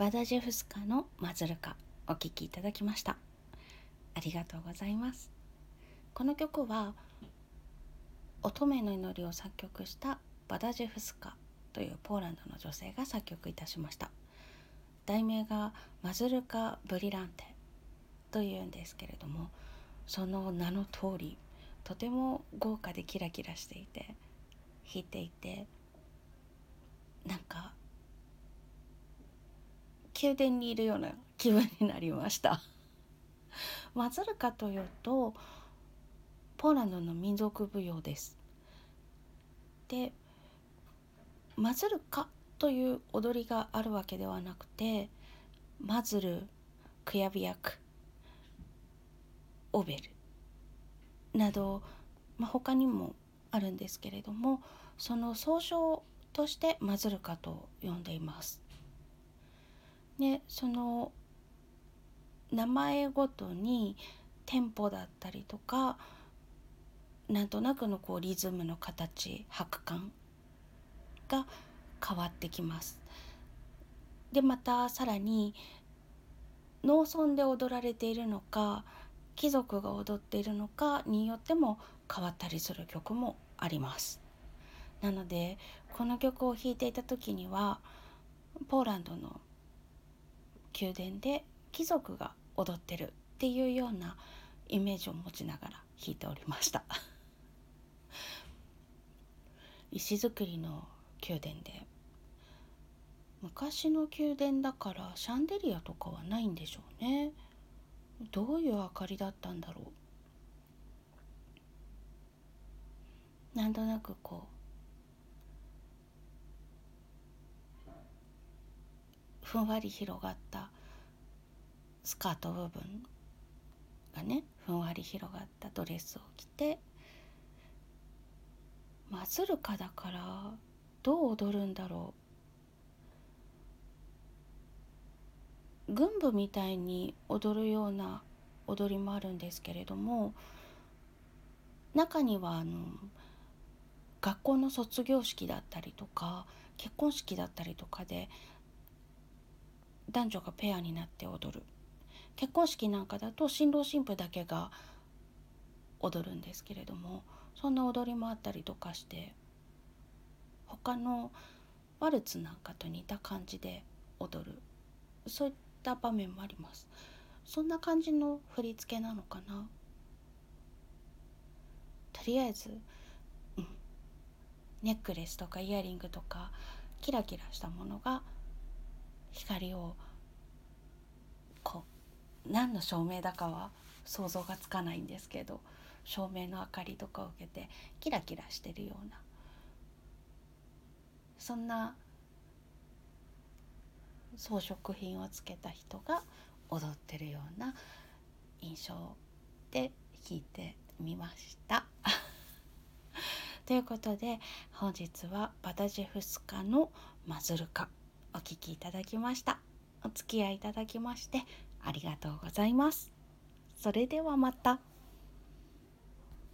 バダジェフスカのマズルカお聴きいただきました。ありがとうございます。この曲は乙女の祈りを作曲したバダジェフスカというポーランドの女性が作曲いたしました。題名がマズルカ・ブリランテというんですけれども、その名の通りとても豪華でキラキラしていて、弾いていてなんか宮殿にいるような気分になりましたマズルカというとポーランドの民族舞踊です。で、マズルカという踊りがあるわけではなくて、マズル、クヤビヤク、オベルなど、他にもあるんですけれども、その総称としてマズルカと呼んでいます。で、その名前ごとにテンポだったりとか、なんとなくのリズムの形、拍感が変わってきます。で、またさらに農村で踊られているのか、貴族が踊っているのかによっても変わったりする曲もあります。なのでこの曲を弾いていた時には、ポーランドの宮殿で貴族が踊ってるっていうようなイメージを持ちながら弾いておりました石造りの宮殿で、昔の宮殿だからシャンデリアとかはないんでしょうね。どういう明かりだったんだろう。なんとなくふんわり広がったスカート部分がね、ふんわり広がったドレスを着て、マズルカだからどう踊るんだろう。軍部みたいに踊るような踊りもあるんですけれども、中には学校の卒業式だったりとか結婚式だったりとかで男女がペアになって踊る。結婚式なんかだと新郎新婦だけが踊るんですけれども、そんな踊りもあったりとかして、他のワルツなんかと似た感じで踊る、そういった場面もあります。そんな感じの振り付けなのかな。とりあえず、ネックレスとかイヤリングとかキラキラしたものが光を何の照明だかは想像がつかないんですけど、照明の明かりとかを受けてキラキラしてるような、そんな装飾品をつけた人が踊ってるような印象で弾いてみましたということで、本日はバダジェフスカのマズルカお聴きいただきました。お付き合いいただきましてありがとうございます。それではまた。